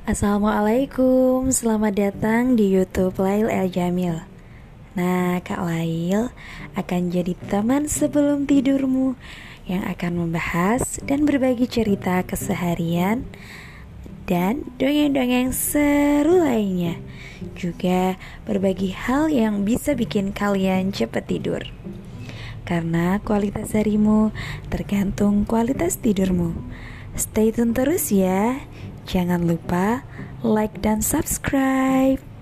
Assalamualaikum, selamat datang di YouTube Lail El Jamil. Nah, Kak Lail akan jadi teman sebelum tidurmu yang akan membahas dan berbagi cerita keseharian dan dongeng-dongeng seru lainnya. Juga berbagi hal yang bisa bikin kalian cepat tidur. Karena kualitas harimu tergantung kualitas tidurmu. Stay tune terus ya. Jangan lupa like dan subscribe.